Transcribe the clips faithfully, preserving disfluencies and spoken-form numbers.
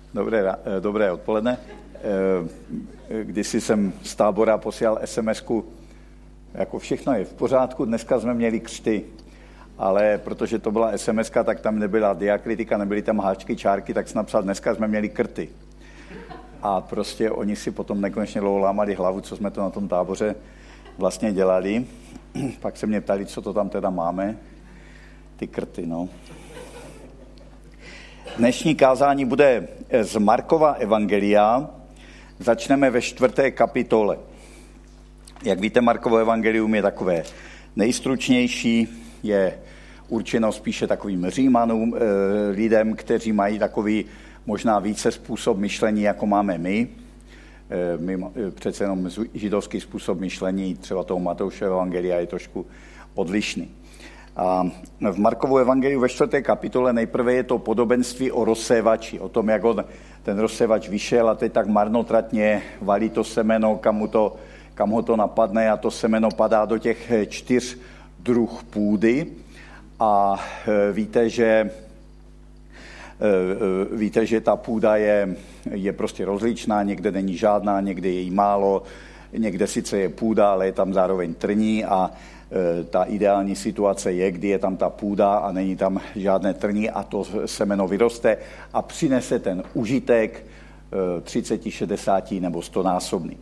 Dobré, dobré odpoledne. Kdysi jsem z tábora posílal es em esku, jako všechno je v pořádku, dneska jsme měli křty, ale protože to byla es em eska, tak tam nebyla diakritika, nebyly tam háčky, čárky, tak jsem napsal, dneska jsme měli krty. A prostě oni si potom nekonečně dlouho lámali hlavu, co jsme to na tom táboře vlastně dělali. Pak se mě ptali, co to tam teda máme, ty krty, no. Dnešní kázání bude z Markova evangelia. Začneme ve čtvrté kapitole. Jak víte, Markovo evangelium je takové nejstručnější, je určeno spíše takovým Římanům, lidem, kteří mají takový možná více způsob myšlení, jako máme my. My přece jenom židovský způsob myšlení třeba toho Matoušova evangelia je trošku odlišný. A v Markovu evangeliu ve čtvrté kapitole nejprve je to podobenství o rozsévači, o tom, jak on, ten rozsévač vyšel a teď tak marnotratně valí to semeno, kam, mu to, kam ho to napadne, a to semeno padá do těch čtyř druh půdy. A víte, že, víte, že ta půda je, je prostě rozličná, někde není žádná, někde je jí málo, někde sice je půda, ale je tam zároveň trní, a ta ideální situace je, kdy je tam ta půda a není tam žádné trní a to semeno vyroste a přinese ten užitek třicet, šedesát nebo sto násobný.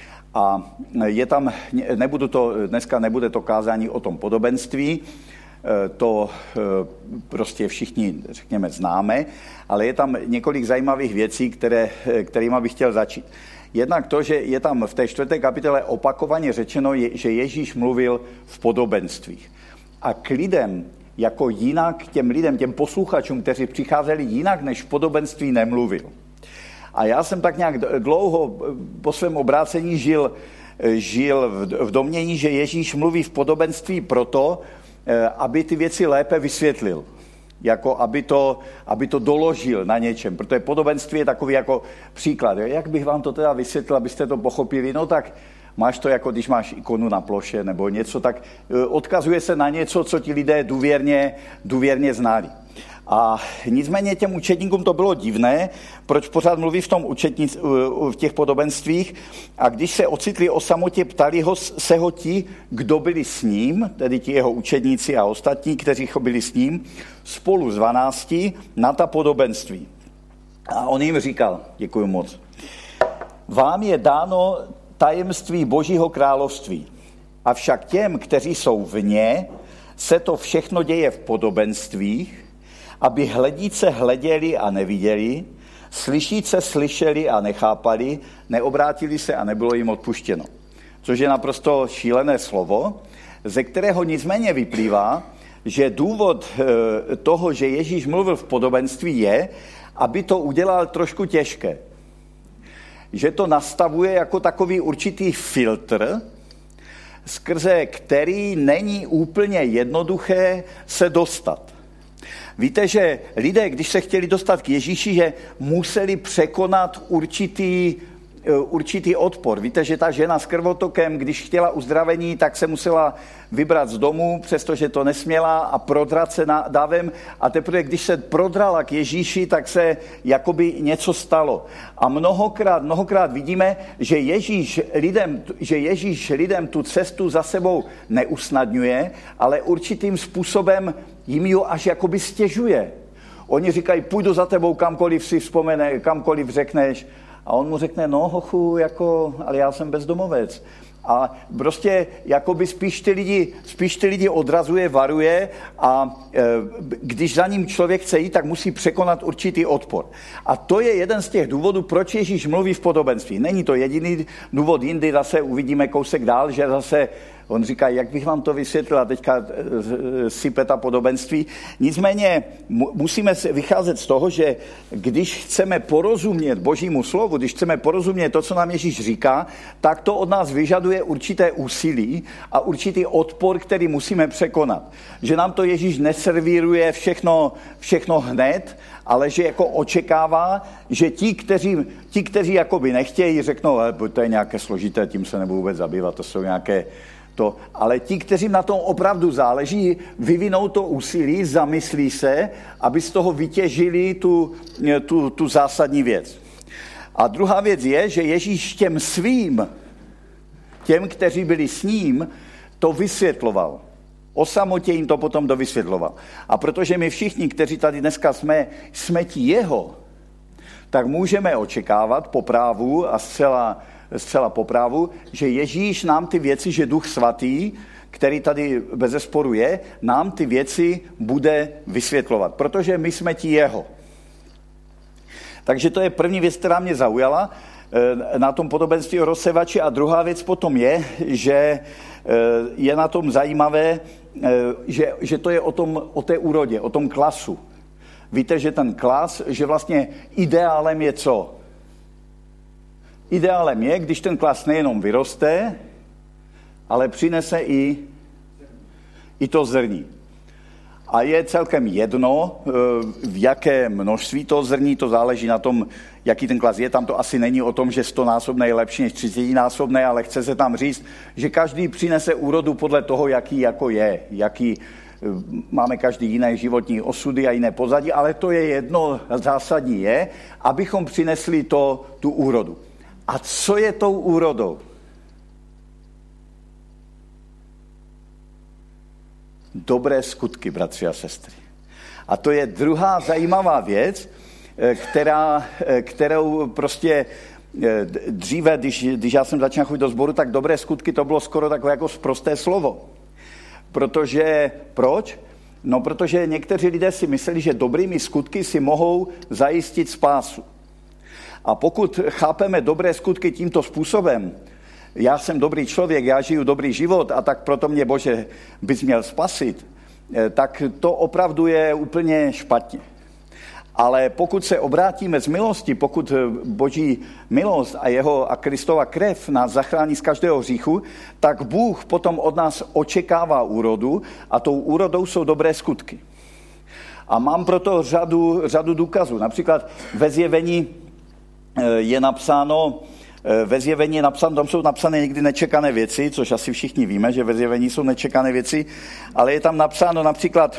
A je tam, nebudu to, dneska nebude to kázání o tom podobenství, to prostě všichni, řekněme, známe, ale je tam několik zajímavých věcí, které, kterýma bych chtěl začít. Jednak to, že je tam v té čtvrté kapitole opakovaně řečeno, že Ježíš mluvil v podobenstvích. A k lidem, jako jinak, těm lidem, těm posluchačům, kteří přicházeli jinak, než v podobenství, nemluvil. A já jsem tak nějak dlouho po svém obrácení žil, žil v domnění, že Ježíš mluví v podobenství proto, aby ty věci lépe vysvětlil. Jako aby to, aby to doložil na něčem, protože podobenství je takový jako příklad. Jak bych vám to teda vysvětlil, abyste to pochopili? No tak máš to, jako když máš ikonu na ploše nebo něco, tak odkazuje se na něco, co ti lidé důvěrně, důvěrně znali. A nicméně těm učedníkům to bylo divné, proč pořád mluví v tom učetnic, v těch podobenstvích, a když se ocitli o samotě, ptali ho, se ho ti, kdo byli s ním, tedy ti jeho učedníci a ostatní, kteří byli s ním, spolu s dvanácti na ta podobenství. A on jim říkal, děkuji moc, vám je dáno tajemství Božího království, avšak těm, kteří jsou vně, se to všechno děje v podobenstvích, aby hledíce hleděli a neviděli, slyšíce slyšeli a nechápali, neobrátili se a nebylo jim odpuštěno. Což je naprosto šílené slovo, ze kterého nicméně vyplývá, že důvod toho, že Ježíš mluvil v podobenství, je, aby to udělal trošku těžké. Že to nastavuje jako takový určitý filtr, skrze který není úplně jednoduché se dostat. Víte, že lidé, když se chtěli dostat k Ježíši, že museli překonat určitý, určitý odpor. Víte, že ta žena s krvotokem, když chtěla uzdravení, tak se musela vybrat z domu, přestože to nesměla, a prodrat se na davem. A teprve, když se prodrala k Ježíši, tak se jakoby něco stalo. A mnohokrát, mnohokrát vidíme, že Ježíš lidem, že Ježíš lidem tu cestu za sebou neusnadňuje, ale určitým způsobem jim ji až jakoby stěžuje. Oni říkají, půjdu za tebou kamkoliv si vzpomene, kamkoliv řekneš. A on mu řekne, no hochu, jako, ale já jsem bezdomovec. A prostě jakoby spíš ty lidi, spíš ty lidi odrazuje, varuje, a e, když za ním člověk chce jít, tak musí překonat určitý odpor. A to je jeden z těch důvodů, proč Ježíš mluví v podobenství. Není to jediný důvod, jindy zase uvidíme kousek dál, že zase on říká, jak bych vám to vysvětlil, a teďka sype ta podobenství. Nicméně musíme vycházet z toho, že když chceme porozumět Božímu slovu, když chceme porozumět to, co nám Ježíš říká, tak to od nás vyžaduje určité úsilí a určitý odpor, který musíme překonat. Že nám to Ježíš neservíruje všechno, všechno hned, ale že jako očekává, že ti, kteří, ti, kteří jakoby nechtějí, řeknou, to je nějaké složité, tím se nebudu vůbec zabývat, to jsou nějaké to. Ale ti, kteří na tom opravdu záleží, vyvinou to úsilí, zamyslí se, aby z toho vytěžili tu, tu, tu zásadní věc. A druhá věc je, že Ježíš těm svým, těm, kteří byli s ním, to vysvětloval. O samotě jim to potom dovysvětloval. A protože my všichni, kteří tady dneska jsme, jsme ti jeho, tak můžeme očekávat po právu a zcela, zcela po právu, že Ježíš nám ty věci, že Duch Svatý, který tady bezesporu je, nám ty věci bude vysvětlovat. Protože my jsme ti jeho. Takže to je první věc, která mě zaujala na tom podobenství o rozsevači. A druhá věc potom je, že je na tom zajímavé, že, že to je o, tom, o té úrodě, o tom klasu. Víte, že ten klas, že vlastně ideálem je co? Ideálem je, když ten klas nejenom vyroste, ale přinese i, i to zrní. A je celkem jedno, v jaké množství toho zrní, to záleží na tom, jaký ten klas je. Tam to asi není o tom, že stonásobné je lepší než třicetinásobné, ale chce se tam říct, že každý přinese úrodu podle toho, jaký jako je. Jaký, máme každý jiné životní osudy a jiné pozadí, ale to je jedno, zásadní je, abychom přinesli to, tu úrodu. A co je tou úrodou? Dobré skutky, bratři a sestry. A to je druhá zajímavá věc, která, kterou prostě dříve, když, když já jsem začal chodit do sboru, tak dobré skutky to bylo skoro takové jako prosté slovo. Protože, proč? No, protože někteří lidé si mysleli, že dobrými skutky si mohou zajistit spásu. A pokud chápeme dobré skutky tímto způsobem, já jsem dobrý člověk, já žiju dobrý život a tak proto mě, Bože, bys měl spasit, tak to opravdu je úplně špatně. Ale pokud se obrátíme z milosti, pokud Boží milost a jeho a Kristova krev nás zachrání z každého hříchu, tak Bůh potom od nás očekává úrodu a tou úrodou jsou dobré skutky. A mám proto řadu, řadu důkazů. Například ve Zjevení je napsáno, ve Zjevení je napsáno, tam jsou napsané někdy nečekané věci, což asi všichni víme, že ve Zjevení jsou nečekané věci, ale je tam napsáno například: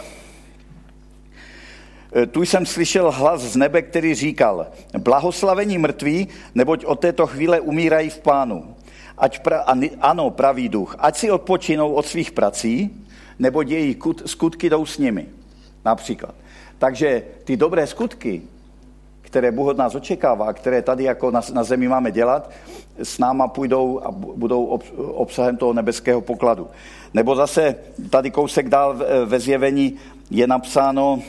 tu jsem slyšel hlas z nebe, který říkal: blahoslavení mrtví, neboť od této chvíle umírají v Pánu. Ať pra, ano, pravý duch, ať si odpočinou od svých prací, neboť jejich skutky jdou s nimi. Například. Takže ty dobré skutky, které Bůh od nás očekává, které tady jako na, na zemi máme dělat, s náma půjdou a budou obsahem toho nebeského pokladu. Nebo zase tady kousek dál ve Zjevení je napsáno,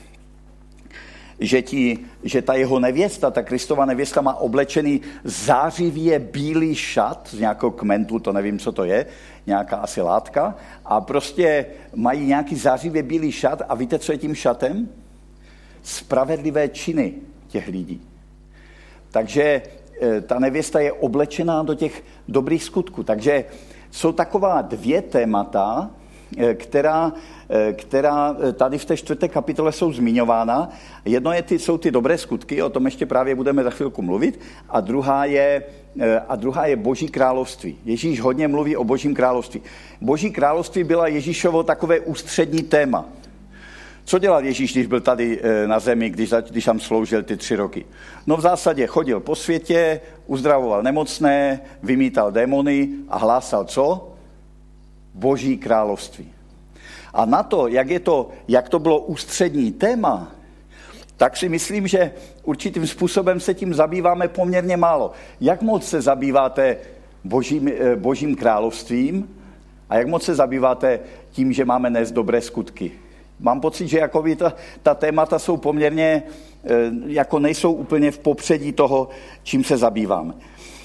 že, ti, že ta jeho nevěsta, ta Kristova nevěsta má oblečený zářivě bílý šat z nějakého kmentu, to nevím, co to je, nějaká asi látka, a prostě mají nějaký zářivě bílý šat a víte, co je tím šatem? Spravedlivé činy těch lidí. Takže ta nevěsta je oblečená do těch dobrých skutků. Takže jsou taková dvě témata, která, která tady v té čtvrté kapitole jsou zmiňována. Jedno je ty, jsou ty dobré skutky, o tom ještě právě budeme za chvilku mluvit, a druhá je, a druhá je Boží království. Ježíš hodně mluví o Božím království. Boží království byla Ježíšovo takové ústřední téma. Co dělal Ježíš, když byl tady na zemi, když, když tam sloužil ty tři roky? No v zásadě chodil po světě, uzdravoval nemocné, vymítal démony a hlásal co? Boží království. A na to, jak, je to, jak to bylo ústřední téma, tak si myslím, že určitým způsobem se tím zabýváme poměrně málo. Jak moc se zabýváte božím, božím královstvím a jak moc se zabýváte tím, že máme nést dobré skutky? Mám pocit, že jakoby ta, ta témata jsou poměrně, jako nejsou úplně v popředí toho, čím se zabýváme.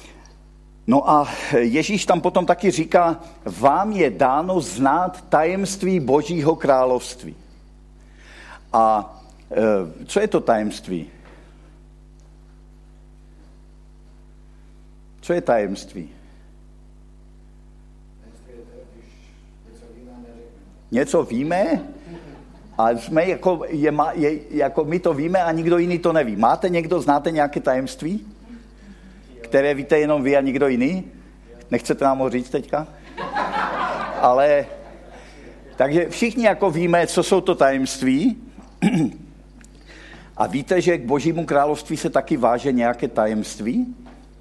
No a Ježíš tam potom taky říká, vám je dáno znát tajemství Božího království. A co je to tajemství? Co je tajemství? Něco víme? A jsme jako, je, je, jako my to víme a nikdo jiný to neví. Máte někdo, znáte nějaké tajemství, které víte jenom vy a nikdo jiný? Nechcete nám ho říct teďka? Ale, takže všichni jako víme, co jsou to tajemství. A víte, že k Božímu království se taky váže nějaké tajemství?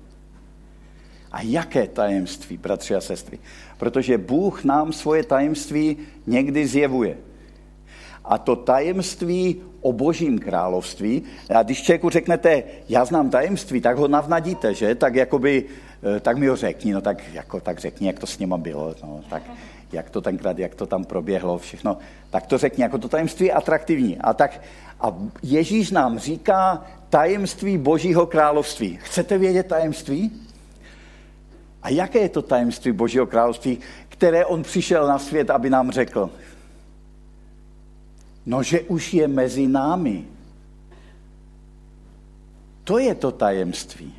A jaké tajemství, bratři a sestry? Protože Bůh nám svoje tajemství někdy zjevuje. A to tajemství o Božím království, a když člověku řeknete, já znám tajemství, tak ho navnadíte, že? Tak jakoby, tak mi ho řekni, no tak, jako, tak řekni, jak to s něma bylo, no, tak jak to tenkrát, jak to tam proběhlo, všechno, tak to řekni, jako to tajemství je atraktivní. A, tak, a Ježíš nám říká tajemství Božího království. Chcete vědět tajemství? A jaké je to tajemství Božího království, které on přišel na svět, aby nám řekl? No, že už je mezi námi. To je to tajemství.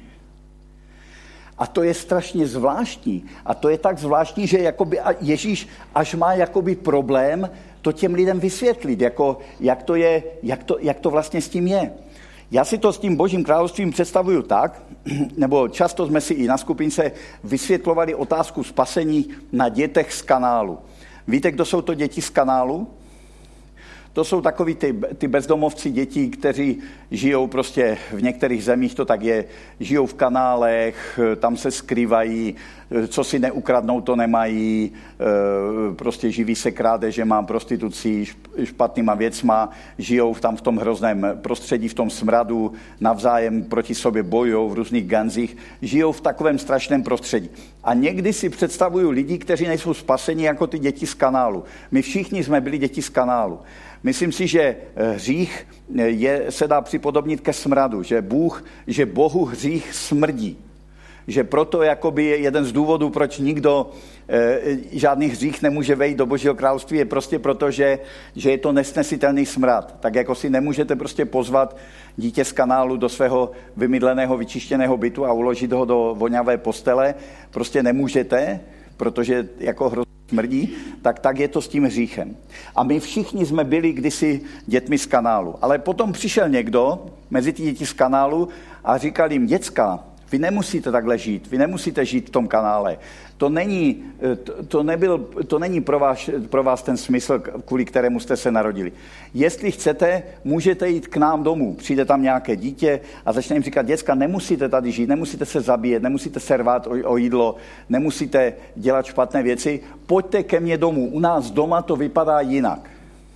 A to je strašně zvláštní. A to je tak zvláštní, že jakoby Ježíš až má jakoby problém to těm lidem vysvětlit, jako jak, to je, jak, to, jak to vlastně s tím je. Já si to s tím Božím královstvím představuju tak, nebo často jsme si i na skupince vysvětlovali otázku spasení na dětech z kanálu. Víte, kdo jsou to děti z kanálu? To jsou takový ty, ty bezdomovci dětí, kteří žijou prostě v některých zemích, to tak je, žijou v kanálech, tam se skrývají, co si neukradnou, to nemají, prostě živí se krádežema, prostitucí, špatnýma věcma, žijou tam v tom hrozném prostředí, v tom smradu, navzájem proti sobě bojují v různých ganzích, žijou v takovém strašném prostředí. A někdy si představuju lidi, kteří nejsou spaseni jako ty děti z kanálu. My všichni jsme byli děti z kanálu. Myslím si, že hřích je, se dá připodobnit ke smradu, že, Bůh, že Bohu hřích smrdí. Že proto jakoby je jeden z důvodů, proč nikdo e, žádný hřích nemůže vejít do Božího království, je prostě proto, že, že je to nesnesitelný smrad. Tak jako si nemůžete prostě pozvat dítě z kanálu do svého vymydleného, vyčištěného bytu a uložit ho do voňavé postele. Prostě nemůžete, protože jako hrozně smrdí, tak tak je to s tím hříchem. A my všichni jsme byli kdysi dětmi z kanálu. Ale potom přišel někdo mezi ty děti z kanálu a říkal jim, děcka, vy nemusíte takhle žít, vy nemusíte žít v tom kanále. To není, to, to nebyl, to není pro vás, pro vás ten smysl, kvůli kterému jste se narodili. Jestli chcete, můžete jít k nám domů. Přijde tam nějaké dítě a začne jim říkat, děcka, nemusíte tady žít, nemusíte se zabíjet, nemusíte se rvát o, o jídlo, nemusíte dělat špatné věci. Pojďte ke mně domů. U nás doma to vypadá jinak.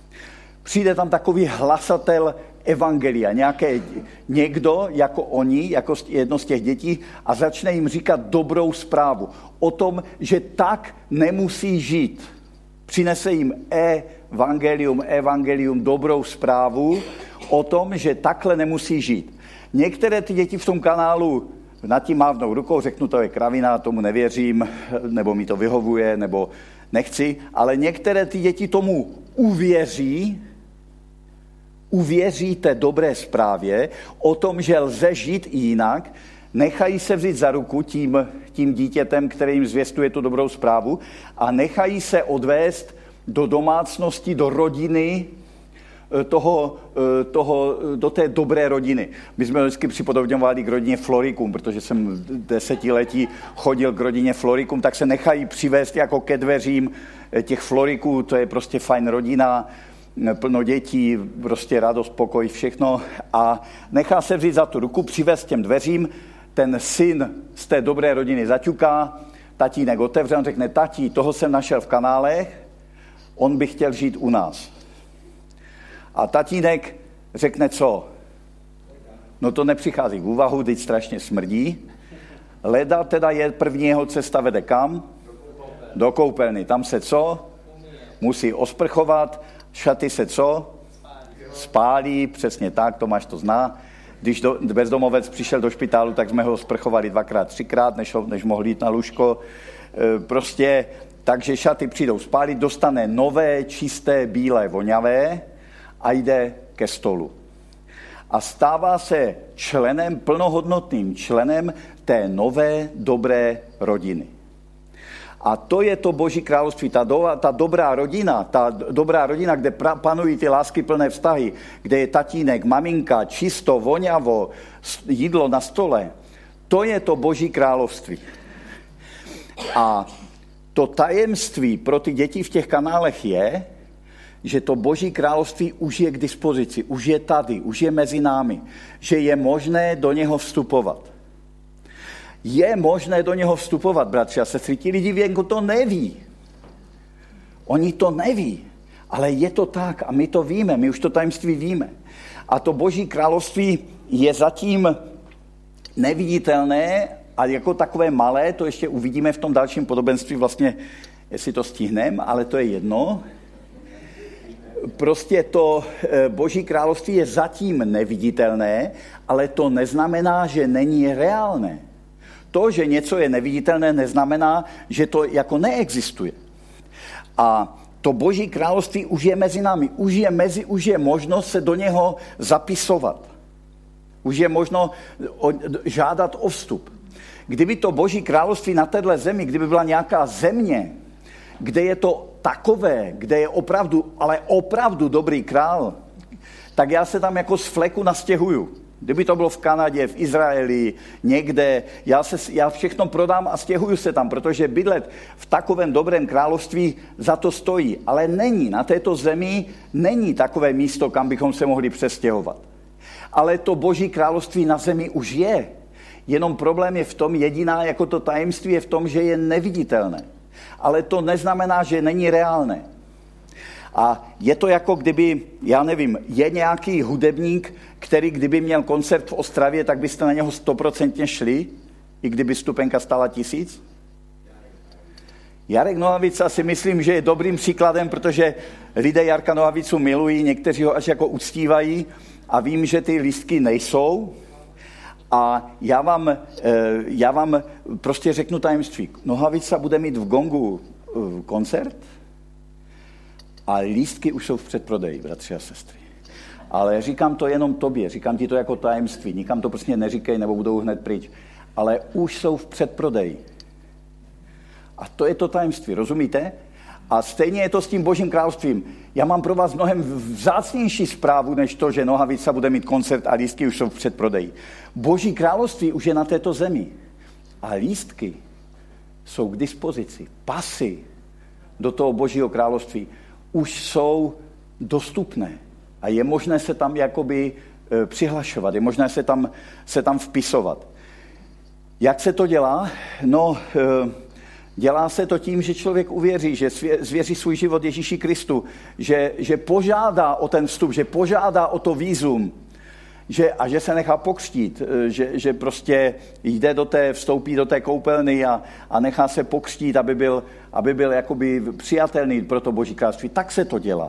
Přijde tam takový hlasatel evangelia, nějaké, někdo jako oni, jako jedno z těch dětí a začne jim říkat dobrou zprávu o tom, že tak nemusí žít. Přinese jim evangelium, evangelium, dobrou zprávu o tom, že takhle nemusí žít. Některé ty děti v tom kanálu nad tím mávnou rukou, řeknu, to je kravina, tomu nevěřím, nebo mi to vyhovuje, nebo nechci, ale některé ty děti tomu uvěří, uvěříte dobré zprávě o tom, že lze žít i jinak, nechají se vzít za ruku tím, tím dítětem, který jim zvěstuje tu dobrou zprávu a nechají se odvést do domácnosti, do rodiny, toho, toho, do té dobré rodiny. My jsme vždycky připodobňovali k rodině Floricum, protože jsem desetiletí chodil k rodině Floricum, tak se nechají přivést jako ke dveřím těch Floriků, to je prostě fajn rodina, plno dětí, prostě radost, pokoj, všechno a nechá se vzít za tu ruku, přivést těm dveřím, ten syn z té dobré rodiny zaťuká, tatínek otevře, on řekne, tatí, toho jsem našel v kanálech, on by chtěl žít u nás. A tatínek řekne, co? No to nepřichází v úvahu, teď strašně smrdí. Leda teda je první jeho cesta vede kam? Do koupelny. Tam se co? Musí osprchovat, šaty se co? Spálí, přesně tak, Tomáš to zná. Když do, bezdomovec přišel do špitálu, tak jsme ho sprchovali dvakrát, třikrát, než, než mohl jít na lůžko. E, prostě, takže šaty přijdou spálit, dostane nové, čisté, bílé, voňavé a jde ke stolu. A stává se členem, plnohodnotným členem té nové, dobré rodiny. A to je to Boží království, ta, do, ta dobrá rodina, ta dobrá rodina, kde pra, panují ty láskyplné vztahy, kde je tatínek, maminka, čisto, voňavo, jídlo na stole. To je to Boží království. A To tajemství pro ty děti v těch kanálech je, že to Boží království už je k dispozici, už je tady, už je mezi námi, že je možné do něho vstupovat. Je možné do něho vstupovat, bratři a sestry. Ti lidi věnku to neví. Oni to neví, ale je to tak a my to víme, my už to tajemství víme. A to Boží království je zatím neviditelné a jako takové malé, to ještě uvidíme v tom dalším podobenství, vlastně, jestli to stihneme, ale to je jedno. Prostě to Boží království je zatím neviditelné, ale to neznamená, že není reálné. To, že něco je neviditelné, neznamená, že to jako neexistuje. A to Boží království už je mezi námi, už je, mezi, už je možnost se do něho zapisovat. Už je možno žádat o vstup. Kdyby to Boží království na téhle zemi, kdyby byla nějaká země, kde je to takové, kde je opravdu, ale opravdu dobrý král, tak já se tam jako z fleku nastěhuju. Kdyby to bylo v Kanadě, v Izraeli, někde, já, se, já všechno prodám a stěhuju se tam, protože bydlet v takovém dobrém království za to stojí. Ale není, na této zemi není takové místo, kam bychom se mohli přestěhovat. Ale to Boží království na zemi už je. Jenom problém je v tom, jediná jako to tajemství je v tom, že je neviditelné. Ale to neznamená, že není reálné. A je to jako kdyby, já nevím, je nějaký hudebník, který kdyby měl koncert v Ostravě, tak byste na něho stoprocentně šli, i kdyby stupenka stála tisíc? Jarek Nohavica si myslím, že je dobrým příkladem, protože lidé Jarka Nohavicu milují, někteří ho až jako uctívají a vím, že ty lístky nejsou. A já vám, já vám prostě řeknu tajemství. Nohavica bude mít v Gongu koncert a lístky už jsou v předprodeji, bratři a sestry. Ale říkám to jenom tobě, říkám ti to jako tajemství, nikam to prostě neříkej, nebo budou hned pryč. Ale už jsou v předprodeji. A to je to tajemství, rozumíte? A stejně je to s tím Božím královstvím. Já mám pro vás mnohem vzácnější zprávu, než to, že Nohavica bude mít koncert a lístky už jsou v předprodeji. Boží království už je na této zemi. A lístky jsou k dispozici. Pasy do toho Božího království už jsou dostupné. A je možné se tam jakoby e, přihlašovat, je možné se tam, se tam vpisovat. Jak se to dělá? No, e, dělá se to tím, že člověk uvěří, že zvěří svůj život Ježíši Kristu, že, že požádá o ten vstup, že požádá o to vízum, že, a že se nechá pokřtít, že, že prostě jde do té, vstoupí do té koupelny a, a nechá se pokřtít, aby byl, aby byl jakoby přijatelný pro to Boží království. Tak se to dělá.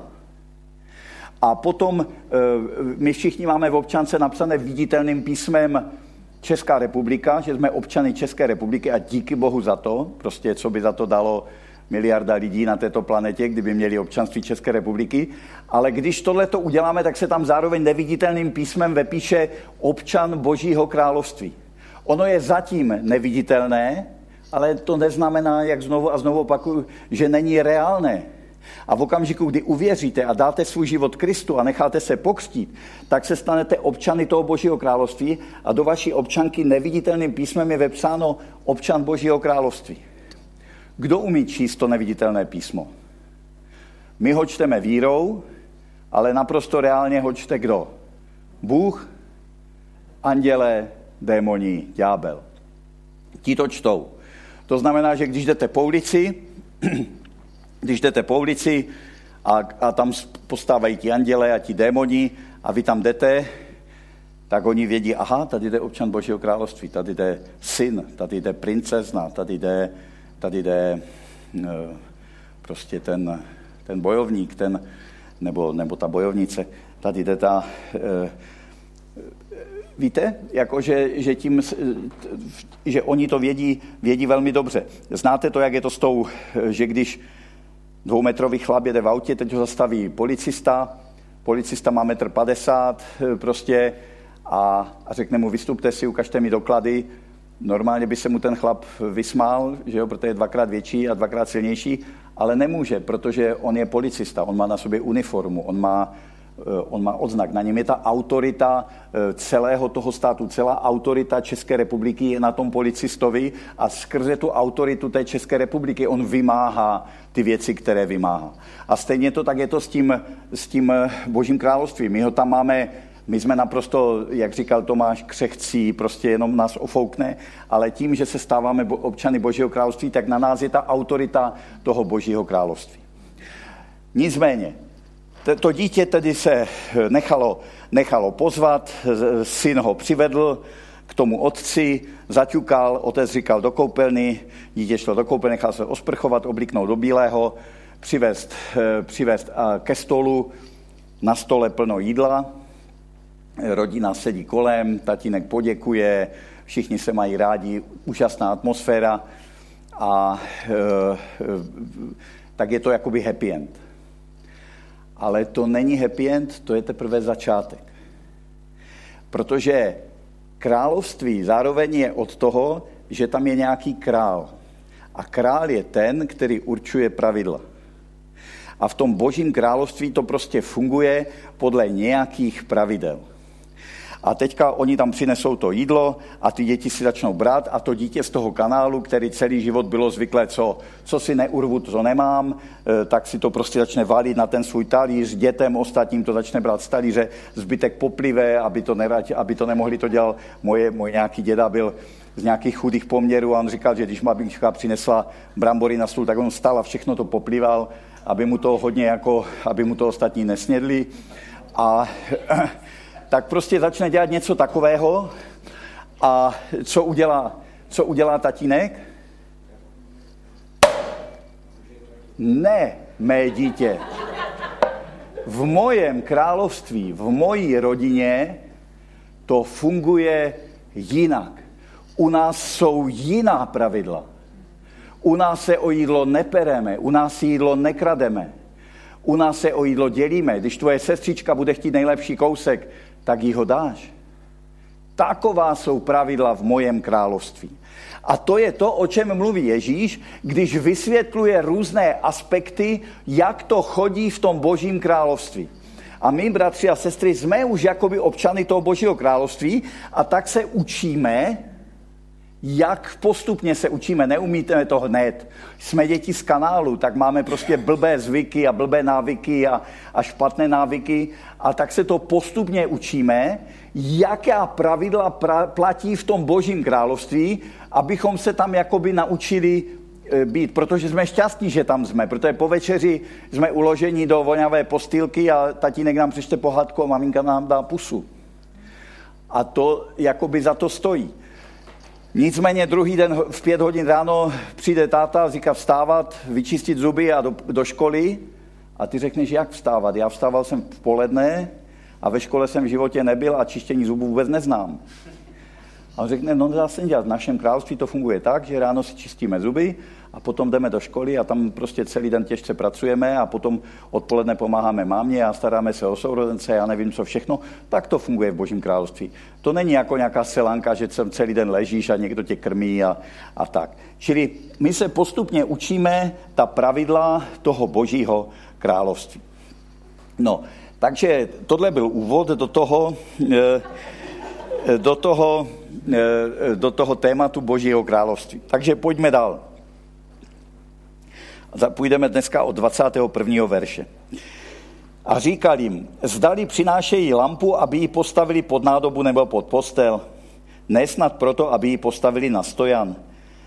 A potom my všichni máme v občance napsané viditelným písmem Česká republika, že jsme občany České republiky a díky Bohu za to, prostě co by za to dalo miliarda lidí na této planetě, kdyby měli občanství České republiky, ale když tohleto uděláme, tak se tam zároveň neviditelným písmem vepíše občan Božího království. Ono je zatím neviditelné, ale to neznamená, jak znovu a znovu opakuju, že není reálné. A v okamžiku, kdy uvěříte a dáte svůj život Kristu a necháte se pokřtít, tak se stanete občany toho Božího království a do vaší občanky neviditelným písmem je vepsáno občan Božího království. Kdo umí číst to neviditelné písmo? My ho čteme vírou, ale naprosto reálně ho čte kdo? Bůh, andělé, démoni, ďábel. Ti to čtou. To znamená, že když jdete po ulici, když jdete po ulici a, a tam postávají ti anděle a ti démoni a vy tam jdete, tak oni vědí, aha, tady jde občan Božího království, tady jde syn, tady jde princezna, tady jde, tady jde prostě ten, ten bojovník, ten, nebo, nebo ta bojovnice, tady jde ta... Víte, jako že, že, tím, že oni to vědí, vědí velmi dobře. Znáte to, jak je to s tou, že když dvoumetrový chlap jede v autě, teď ho zastaví policista, policista má metr padesát prostě a, a řekne mu, vystupte si, ukažte mi doklady. Normálně by se mu ten chlap vysmál, že jo, protože je dvakrát větší a dvakrát silnější, ale nemůže, protože on je policista, on má na sobě uniformu, on má On má odznak, na něm je ta autorita celého toho státu, celá autorita České republiky je na tom policistovi a skrze tu autoritu té České republiky on vymáhá ty věci, které vymáhá. A stejně to tak je to s tím, s tím Božím královstvím. My ho tam máme, my jsme naprosto, jak říkal Tomáš, křehcí, prostě jenom nás ofoukne, ale tím, že se stáváme občany Božího království, tak na nás je ta autorita toho Božího království. Nicméně, to dítě tedy se nechalo, nechalo pozvat, syn ho přivedl k tomu otci, zaťukal, otec říkal do koupelny, dítě šlo do koupelny, nechal se osprchovat, obliknout do bílého, přivést, přivést ke stolu, na stole plno jídla, rodina sedí kolem, tatínek poděkuje, všichni se mají rádi, úžasná atmosféra a e, tak je to jakoby happy end. Ale to není happy end, to je teprve začátek. Protože království zároveň je od toho, že tam je nějaký král. A král je ten, který určuje pravidla. A v tom Božím království to prostě funguje podle nějakých pravidel. A teďka oni tam přinesou to jídlo a ty děti si začnou brát a to dítě z toho kanálu, který celý život bylo zvyklé, co, co si neurvu, to nemám, tak si to prostě začne valit na ten svůj talíř, dětem ostatním to začne brát z talíře, zbytek poplive, aby to, nerad, aby to nemohli to dělat. Moje, můj nějaký děda byl z nějakých chudých poměrů a on říkal, že když maminka přinesla brambory na stůl, tak on vstal a všechno to poplival, aby mu to hodně jako, aby mu to ostatní nesnědli. A tak prostě začne dělat něco takového a co udělá, co udělá tatínek? Ne, mé dítě. V mojem království, v mojí rodině to funguje jinak. U nás jsou jiná pravidla. U nás se o jídlo nepereme, u nás si jídlo nekrademe. U nás se o jídlo dělíme. Když tvoje sestřička bude chtít nejlepší kousek, tak jí ho dáš. Taková jsou pravidla v mojem království. A to je to, o čem mluví Ježíš, když vysvětluje různé aspekty, jak to chodí v tom Božím království. A my, bratři a sestry, jsme už jakoby občany toho Božího království a tak se učíme, jak postupně se učíme, neumíme to hned. Jsme děti z kanálu, tak máme prostě blbé zvyky a blbé návyky a, a špatné návyky a tak se to postupně učíme, jaká pravidla pra, platí v tom Božím království, abychom se tam jakoby naučili e, být, protože jsme šťastní, že tam jsme, protože po večeři jsme uloženi do voňavé postýlky a tatínek nám přečte pohádku a maminka nám dá pusu. A to jakoby za to stojí. Nicméně druhý den v pět hodin ráno přijde táta a říká vstávat, vyčistit zuby a do, do školy. A ty řekneš, jak vstávat? Já vstával jsem v poledne a ve škole jsem v životě nebyl a čištění zubů vůbec neznám. A on řekne, no dá se dělat. V našem království to funguje tak, že ráno si čistíme zuby a potom jdeme do školy a tam prostě celý den těžce pracujeme a potom odpoledne pomáháme mámě a staráme se o sourozence, já nevím co všechno. Tak to funguje v Božím království. To není jako nějaká selanka, že tam celý den ležíš a někdo tě krmí a, a tak. Čili my se postupně učíme ta pravidla toho Božího království. No, takže tohle byl úvod do toho, do toho, do toho tématu Božího království. Takže pojďme dál. Půjdeme dneska od dvacátého prvního verše. A říkal jim, zdali přinášejí lampu, aby ji postavili pod nádobu nebo pod postel, ne snad proto, aby ji postavili na stojan.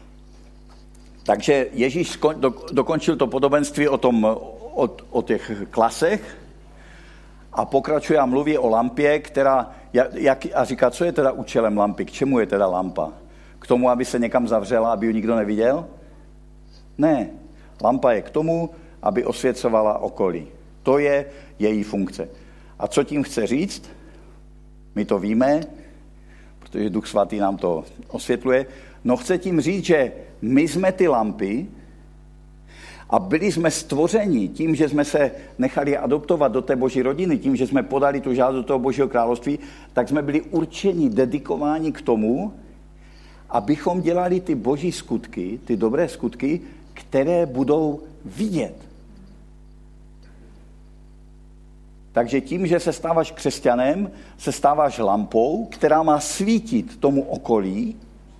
Takže Ježíš dokončil to podobenství o, tom, o, o těch klasech a pokračuje a mluví o lampě, která, jak, a říká, co je teda účelem lampy, k čemu je teda lampa? K tomu, aby se někam zavřela, aby ji nikdo neviděl? Ne, lampa je k tomu, aby osvěcovala okolí. To je její funkce. A co tím chce říct? My to víme, protože Duch Svatý nám to osvětluje. No chce tím říct, že my jsme ty lampy a byli jsme stvořeni tím, že jsme se nechali adoptovat do té Boží rodiny, tím, že jsme podali tu žádost do toho Božího království, tak jsme byli určeni, dedikováni k tomu, abychom dělali ty Boží skutky, ty dobré skutky, které budou vidět. Takže tím, že se stáváš křesťanem, se stáváš lampou, která má svítit tomu okolí,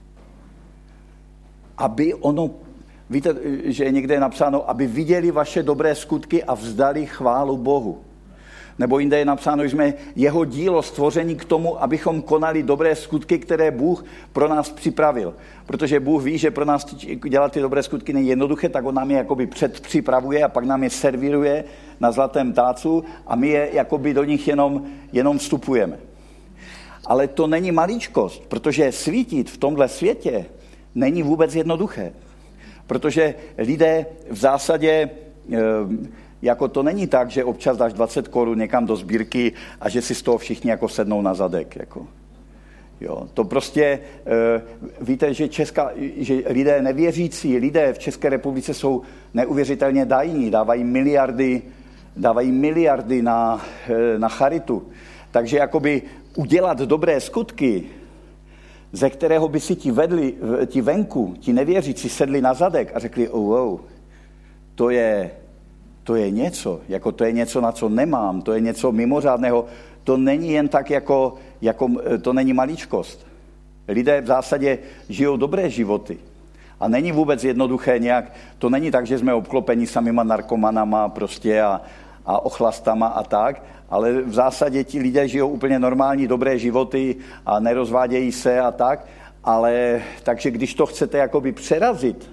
aby ono, víte, že někde je napsáno, aby viděli vaše dobré skutky a vzdali chválu Bohu. Nebo jinde je napsáno, že jsme jeho dílo stvoření k tomu, abychom konali dobré skutky, které Bůh pro nás připravil. Protože Bůh ví, že pro nás dělat ty dobré skutky není jednoduché, tak on nám je jakoby předpřipravuje a pak nám je servíruje na zlatém tácu a my je jakoby do nich jenom, jenom vstupujeme. Ale to není maličkost, protože svítit v tomhle světě není vůbec jednoduché. Protože lidé v zásadě... Jako to není tak, že občas dáš dvacet korun někam do sbírky a že si z toho všichni jako sednou na zadek. Jako. Jo, to prostě, víte, že, Česká, že lidé nevěřící, lidé v České republice jsou neuvěřitelně dajní, dávají miliardy, dávají miliardy na, na charitu. Takže jakoby udělat dobré skutky, ze kterého by si ti vedli, ti venku, ti nevěřící sedli na zadek a řekli, oh, wow, to je... To je něco, jako to je něco, na co nemám, to je něco mimořádného. To není jen tak, jako, jako to není maličkost. Lidé v zásadě žijou dobré životy. A není vůbec jednoduché nějak, to není tak, že jsme obklopeni samýma narkomanama prostě a, a ochlastama a tak, ale v zásadě ti lidé žijou úplně normální, dobré životy a nerozvádějí se a tak, ale takže když to chcete jakoby přerazit,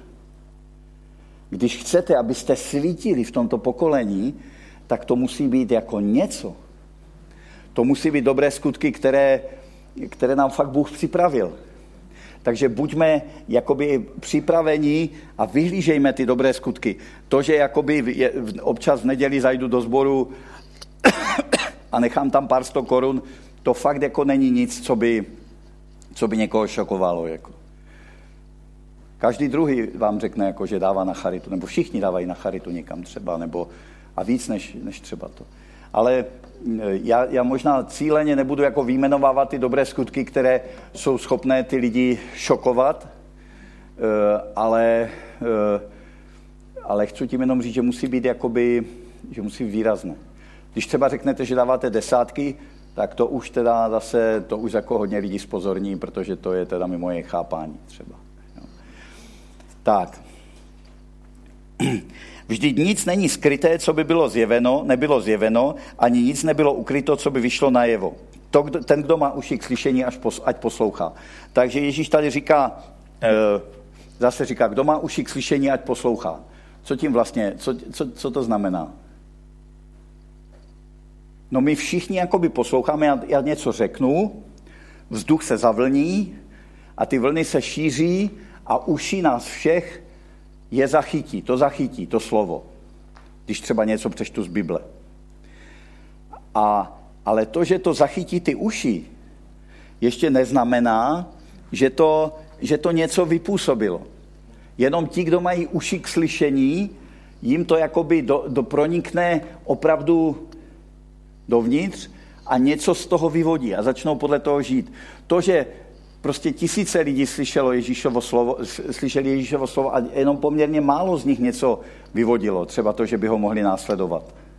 když chcete, abyste svítili v tomto pokolení, tak to musí být jako něco. To musí být dobré skutky, které, které nám fakt Bůh připravil. Takže buďme jakoby připraveni a vyhlížejme ty dobré skutky. To, že jakoby občas v neděli zajdu do sboru a nechám tam pár sto korun, to fakt jako není nic, co by, co by někoho šokovalo. Jako. Každý druhý vám řekne, jako, že dává na charitu, nebo všichni dávají na charitu někam třeba, nebo a víc než, než třeba to. Ale já, já možná cíleně nebudu jako vyjmenovávat ty dobré skutky, které jsou schopné ty lidi šokovat, ale, ale chci tím jenom říct, že musí být jakoby, že musí být výrazné. Když třeba řeknete, že dáváte desátky, tak to už teda zase, to už jako hodně lidí zpozorní, protože to je teda mimo moje chápání třeba. Tak. Vždyť nic není skryté, co by bylo zjeveno, nebylo zjeveno, ani nic nebylo ukryto, co by vyšlo najevo. To, ten, kdo má uši k slyšení, až pos, ať poslouchá. Takže Ježíš tady říká, e, zase říká, kdo má uši k slyšení, ať poslouchá. Co tím vlastně, co, co, co to znamená? No my všichni jakoby posloucháme, já, já něco řeknu, vzduch se zavlní a ty vlny se šíří a uši nás všech je zachytí, to zachytí, to slovo. Když třeba něco přečtu z Bible. A, ale to, že to zachytí ty uši, ještě neznamená, že to, že to něco vypůsobilo. Jenom ti, kdo mají uši k slyšení, jim to jakoby do, do pronikne opravdu dovnitř a něco z toho vyvodí a začnou podle toho žít. To, že prostě tisíce lidí slyšelo Ježíšovo slovo, slyšeli Ježíšovo slovo a jenom poměrně málo z nich něco vyvodilo. Třeba to, že by ho mohli následovat.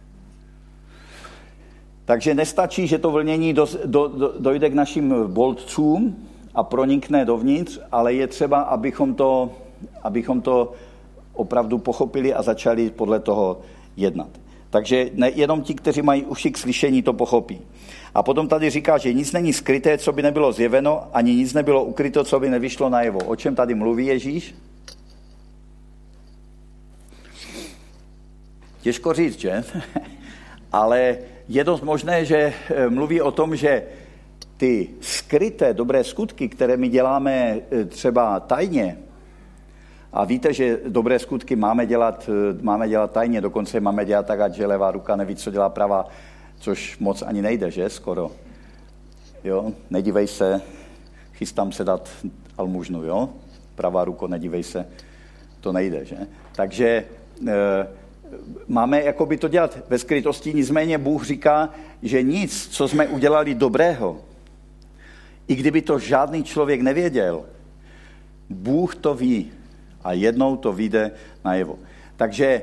Takže nestačí, že to vlnění do, do, do, dojde k našim boltcům a pronikne dovnitř, ale je třeba, abychom to, abychom to opravdu pochopili a začali podle toho jednat. Takže ne, jenom ti, kteří mají uši k slyšení, to pochopí. A potom tady říká, že nic není skryté, co by nebylo zjeveno, ani nic nebylo ukryto, co by nevyšlo najevo. O čem tady mluví Ježíš? Těžko říct, že? Ale je dost možné, že mluví o tom, že ty skryté dobré skutky, které my děláme třeba tajně, a víte, že dobré skutky máme dělat, máme dělat tajně, dokonce máme dělat tak, ať že levá ruka neví, co dělá pravá, což moc ani nejde, že? Skoro. Jo? Nedívej se, chystám se dát almužnu, jo? Pravá ruko, nedívej se, to nejde, že? Takže e, máme jakoby to dělat ve skrytosti, nicméně Bůh říká, že nic, co jsme udělali dobrého, i kdyby to žádný člověk nevěděl, Bůh to ví a jednou to vyjde najevo. Takže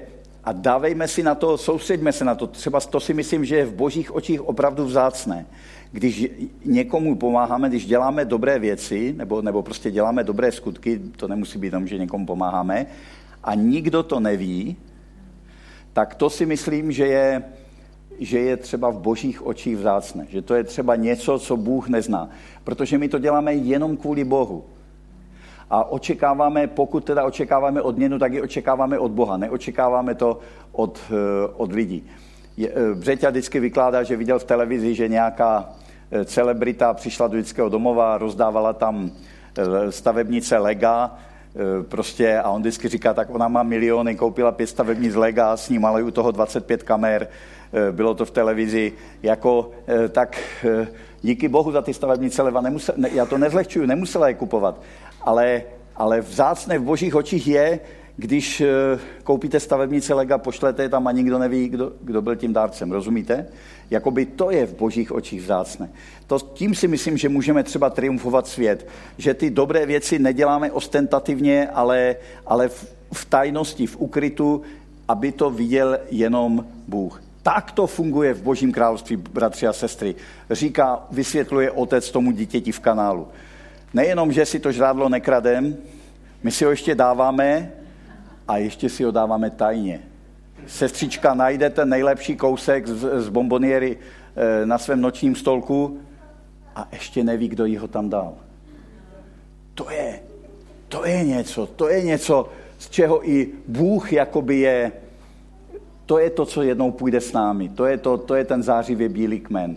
a dávejme si na to, soustřeďme se na to. Třeba to si myslím, že je v božích očích opravdu vzácné. Když někomu pomáháme, když děláme dobré věci, nebo, nebo prostě děláme dobré skutky, to nemusí být tam, že někomu pomáháme, a nikdo to neví, tak to si myslím, že je, že je třeba v božích očích vzácné. Že to je třeba něco, co Bůh nezná. Protože my to děláme jenom kvůli Bohu. A očekáváme, pokud teda očekáváme odměnu, tak ji očekáváme od Boha. Neočekáváme to od, od lidí. Břeťa vždycky vykládá, že viděl v televizi, že nějaká celebrita přišla do dětského domova, rozdávala tam stavebnice Lega, prostě, a on vždycky říká, tak ona má miliony, koupila pět stavebnic Lega, snímala u toho dvacet pět kamer, bylo to v televizi, jako tak díky Bohu za ty stavebnice Leva, nemusel, ne, já to nezlehčuju, nemusela je kupovat, ale, ale vzácné v božích očích je, když koupíte stavebnice Lega, pošlete je tam a nikdo neví, kdo, kdo byl tím dárcem, rozumíte? Jakoby to je v božích očích vzácné. To, tím si myslím, že můžeme třeba triumfovat svět, že ty dobré věci neděláme ostentativně, ale, ale v, v tajnosti, v ukrytu, aby to viděl jenom Bůh. Tak to funguje v Božím království, bratři a sestry. Říká, vysvětluje otec tomu dítěti v kanálu. Nejenom, že si to žrádlo nekradem, my si ho ještě dáváme a ještě si ho dáváme tajně. Sestřička najde ten nejlepší kousek z, z bonboniéry e, na svém nočním stolku a ještě neví, kdo jí ho tam dal. To je, to je něco, to je něco, z čeho i Bůh jakoby je, to je to, co jednou půjde s námi. To je, to, to je ten zářivě bílý kmen.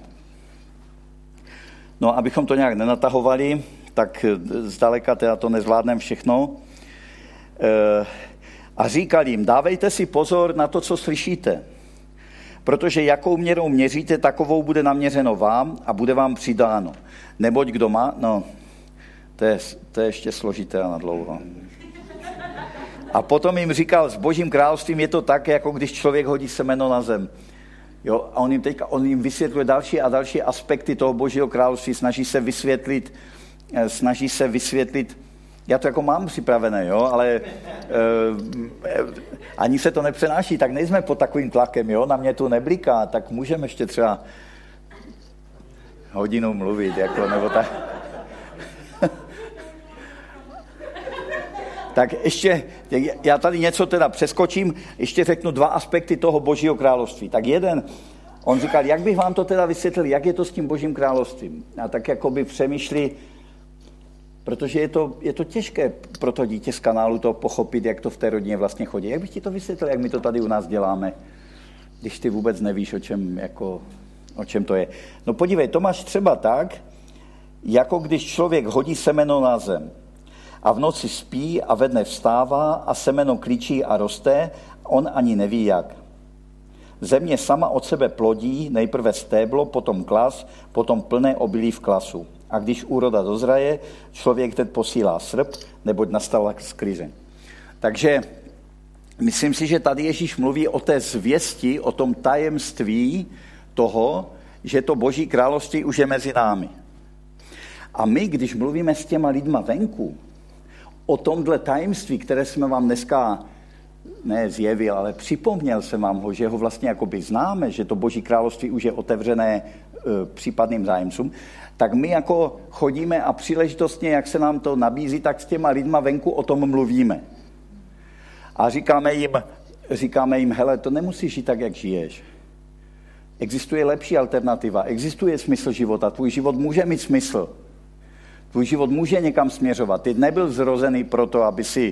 No, abychom to nějak nenatahovali, tak zdaleka teda to nezvládneme všechno. E, a říkal jim, dávejte si pozor na to, co slyšíte. Protože jakou měrou měříte, takovou bude naměřeno vám a bude vám přidáno. Neboť kdo má, no, to je, to je ještě složité a nadlouho. A potom jim říkal, s Božím královstvím je to tak, jako když člověk hodí semeno na zem. Jo, a on jim teďka, on jim vysvětluje další a další aspekty toho Božího království, snaží se vysvětlit, snaží se vysvětlit, já to jako mám připravené, jo, ale eh, ani se to nepřenáší, tak nejsme pod takovým tlakem, jo, na mě to nebliká, tak můžeme ještě třeba hodinu mluvit, jako, nebo tak. Tak ještě, já tady něco teda přeskočím, ještě řeknu dva aspekty toho Božího království. Tak jeden, on říkal, jak bych vám to teda vysvětlil, jak je to s tím Božím královstvím. A tak jakoby přemýšlí, protože je to, je to těžké pro to dítě z kanálu to pochopit, jak to v té rodině vlastně chodí. Jak bych ti to vysvětlil, jak my to tady u nás děláme, když ty vůbec nevíš, o čem, jako, o čem to je. No podívej, to máš třeba tak, jako když člověk hodí semeno na zem. A v noci spí a ve dne vstává a semeno klíčí a roste, on ani neví jak. Země sama od sebe plodí, nejprve stéblo, potom klas, potom plné obilí v klasu. A když úroda dozraje, člověk teď posílá srp, neboť nastala sklizeň. Takže myslím si, že tady Ježíš mluví o té zvěsti, o tom tajemství toho, že to Boží království už je mezi námi. A my, když mluvíme s těma lidma venku, o tomhle tajemství, které jsme vám dneska ne zjevil, ale připomněl jsem vám ho, že ho vlastně jakoby známe, že to Boží království už je otevřené e, případným zájemcům, tak my jako chodíme a příležitostně, jak se nám to nabízí, tak s těma lidma venku o tom mluvíme. A říkáme jim, říkáme jim, hele, to nemusíš žít tak, jak žiješ. Existuje lepší alternativa, existuje smysl života, tvůj život může mít smysl. Tvůj život může někam směřovat. Ty nebyl zrozený proto, aby si,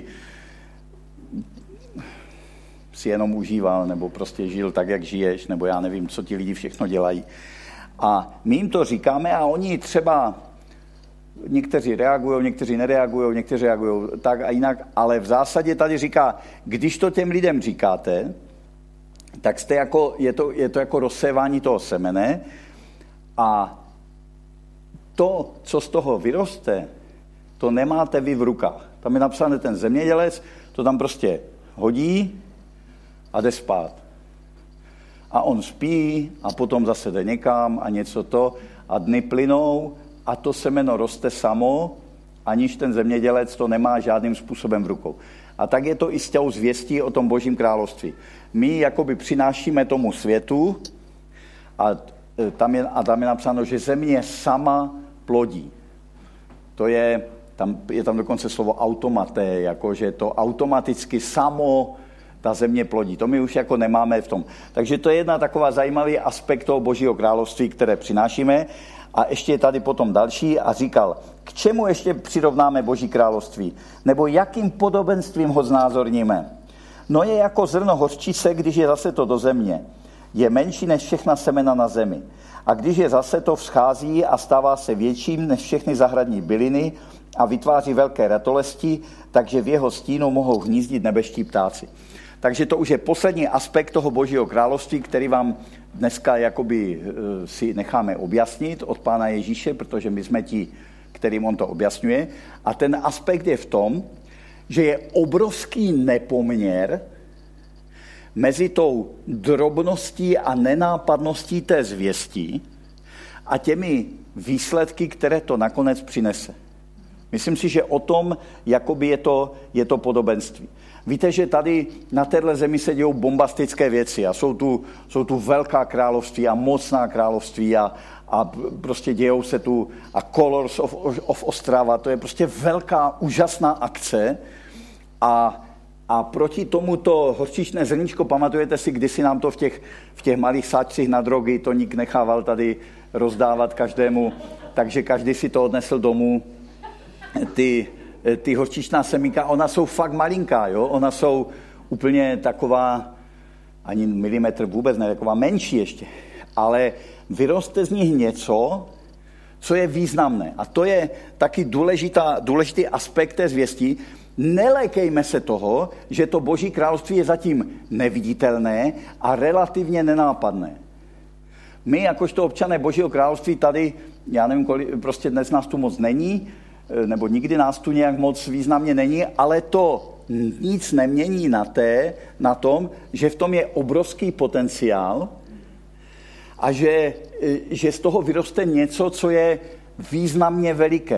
si jenom užíval, nebo prostě žil tak, jak žiješ, nebo já nevím, co ti lidi všechno dělají. A my jim to říkáme a oni třeba, někteří reagují, někteří nereagují, někteří reagují tak a jinak, ale v zásadě tady říká, když to těm lidem říkáte, tak jste jako, je, to, je to jako rozsévání toho semene a to, co z toho vyroste, to nemáte vy v rukách. Tam je napsané ten zemědělec, to tam prostě hodí a jde spát. A on spí a potom zase jde někam a něco to a dny plynou a to semeno roste samo aniž ten zemědělec to nemá žádným způsobem v rukou. A tak je to i s tou zvěstí o tom Božím království. My jakoby přinášíme tomu světu a tam je, a tam je napsáno, že země sama plodí. To je, tam, je tam dokonce slovo automaté, jako že to automaticky samo ta země plodí. To my už jako nemáme v tom. Takže to je jedna taková zajímavý aspekt toho Božího království, které přinášíme. A ještě je tady potom další a říkal, k čemu ještě přirovnáme Boží království? Nebo jakým podobenstvím ho znázorníme? No je jako zrno hořčice, když je zase to do země. Je menší než všechna semena na zemi. A když je zase to vzchází a stává se větším než všechny zahradní byliny a vytváří velké ratolesti, takže v jeho stínu mohou hnízdit nebeští ptáci. Takže to už je poslední aspekt toho Božího království, který vám dneska jakoby si necháme objasnit od Pána Ježíše, protože my jsme ti, kterým on to objasňuje. A ten aspekt je v tom, že je obrovský nepoměr mezi tou drobností a nenápadností té zvěstí a těmi výsledky, které to nakonec přinese. Myslím si, že o tom jakoby je to, je to podobenství. Víte, že tady na téhle zemi se dějou bombastické věci a jsou tu, jsou tu velká království a mocná království a, a prostě dějou se tu a Colors of, of Ostrava, to je prostě velká, úžasná akce a A proti tomuto hořčičné zrníčko, pamatujete si, kdysi nám to v těch, v těch malých sáčcích na drogy Toník nechával tady rozdávat každému, takže každý si to odnesl domů. Ty, ty hořčičná semínka, ona jsou fakt malinká, jo? Ona jsou úplně taková, ani milimetr vůbec ne, taková menší ještě. Ale vyroste z nich něco, co je významné. A to je taky důležitá, důležitý aspekt té zvěstí. Nelékejme se toho, že to Boží království je zatím neviditelné a relativně nenápadné. My, jakožto občané Božího království tady, já nevím, kolik, prostě dnes nás tu moc není, nebo nikdy nás tu nějak moc významně není, ale to nic nemění na, té, na tom, že v tom je obrovský potenciál a že, že z toho vyroste něco, co je významně veliké.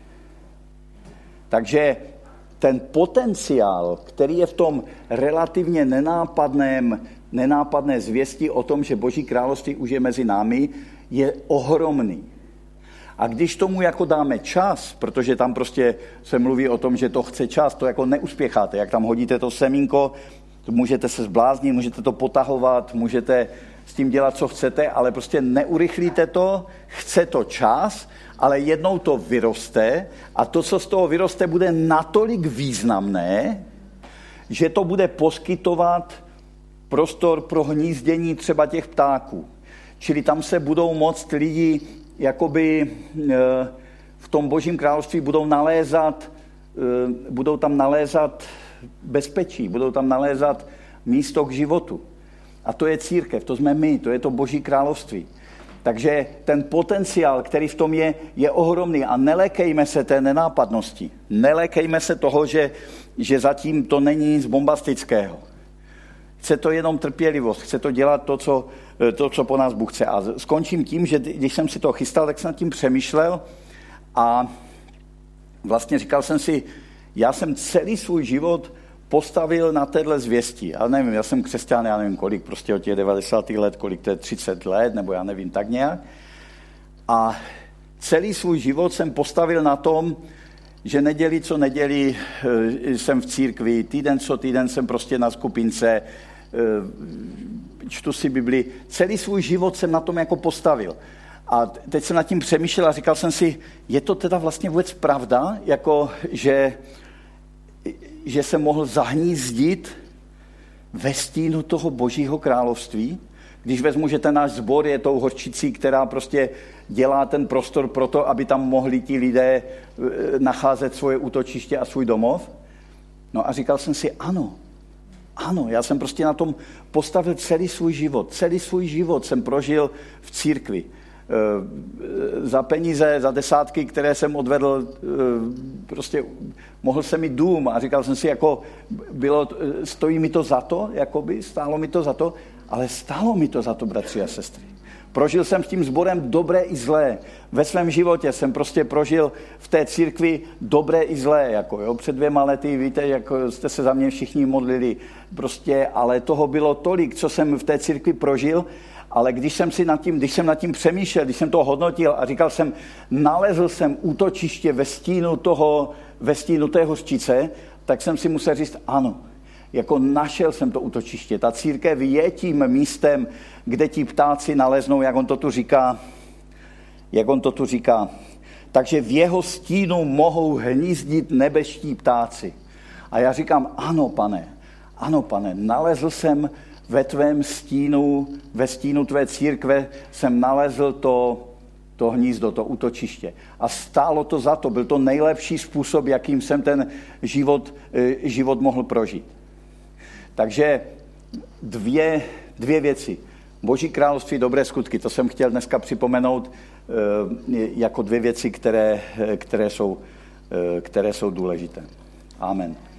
Takže ten potenciál, který je v tom relativně nenápadném, nenápadné zvěsti o tom, že Boží království už je mezi námi, je ohromný. A když tomu jako dáme čas, protože tam prostě se mluví o tom, že to chce čas, to jako neuspěcháte. Jak tam hodíte to semínko, můžete se zbláznit, můžete to potahovat, můžete s tím dělat, co chcete, ale prostě neurychlíte to, chce to čas, ale jednou to vyroste a to, co z toho vyroste, bude natolik významné, že to bude poskytovat prostor pro hnízdění třeba těch ptáků. Čili tam se budou moct lidi jakoby v tom Božím království budou nalézat, budou tam nalézat bezpečí, budou tam nalézat místo k životu. A to je církev, to jsme my, to je to Boží království. Takže ten potenciál, který v tom je, je ohromný a nelékejme se té nenápadnosti. Nelékejme se toho, že, že zatím to není nic bombastického. Chce to jenom trpělivost, chce to dělat to co, to, co po nás Bůh chce. A skončím tím, že když jsem si to chystal, tak jsem nad tím přemýšlel a vlastně říkal jsem si, já jsem celý svůj život postavil na téhle zvěsti. Já nevím, já jsem křesťan, já nevím kolik, prostě od těch devadesátých let, kolik to je třicet let, nebo já nevím, tak nějak. A celý svůj život jsem postavil na tom, že neděli co neděli jsem v církvi, týden co týden jsem prostě na skupince, čtu si Bibli. Celý svůj život jsem na tom jako postavil. A teď jsem nad tím přemýšlel a říkal jsem si, je to teda vlastně vůbec pravda, jako že že se mohl zahnízdit ve stínu toho Božího království. Když vezmu, že ten náš sbor je tou horčicí, která prostě dělá ten prostor pro to, aby tam mohli ti lidé nacházet svoje útočiště a svůj domov. No a říkal jsem si, ano, ano, já jsem prostě na tom postavil celý svůj život. Celý svůj život jsem prožil v církvi. Za peníze, za desátky, které jsem odvedl, prostě mohl jsem mít dům a říkal jsem si, jako bylo, stojí mi to za to, jakoby, stálo mi to za to, ale stálo mi to za to, bratři a sestry. Prožil jsem s tím sborem dobré i zlé. Ve svém životě jsem prostě prožil v té církvi dobré i zlé. Jako, jo. Před dvěma lety, víte, jak jste se za mě všichni modlili. Prostě, ale toho bylo tolik, co jsem v té církvi prožil. Ale když jsem si nad tím, když jsem nad tím přemýšlel, když jsem to hodnotil a říkal jsem, nalezl jsem útočiště ve stínu toho, ve stínu té hořčice, tak jsem si musel říct ano. Jako našel jsem to útočiště. Ta církev je tím místem, kde ti ptáci naleznou, jak on to tu říká, jak on to tu říká. Takže v jeho stínu mohou hnízdit nebeští ptáci. A já říkám, ano, pane, ano, pane, nalezl jsem ve tvém stínu, ve stínu tvé církve jsem nalezl to, to hnízdo, to útočiště. A stálo to za to, byl to nejlepší způsob, jakým jsem ten život, život mohl prožít. Takže dvě, dvě věci. Boží království, dobré skutky, to jsem chtěl dneska připomenout jako dvě věci, které, které, jsou, které jsou důležité. Amen.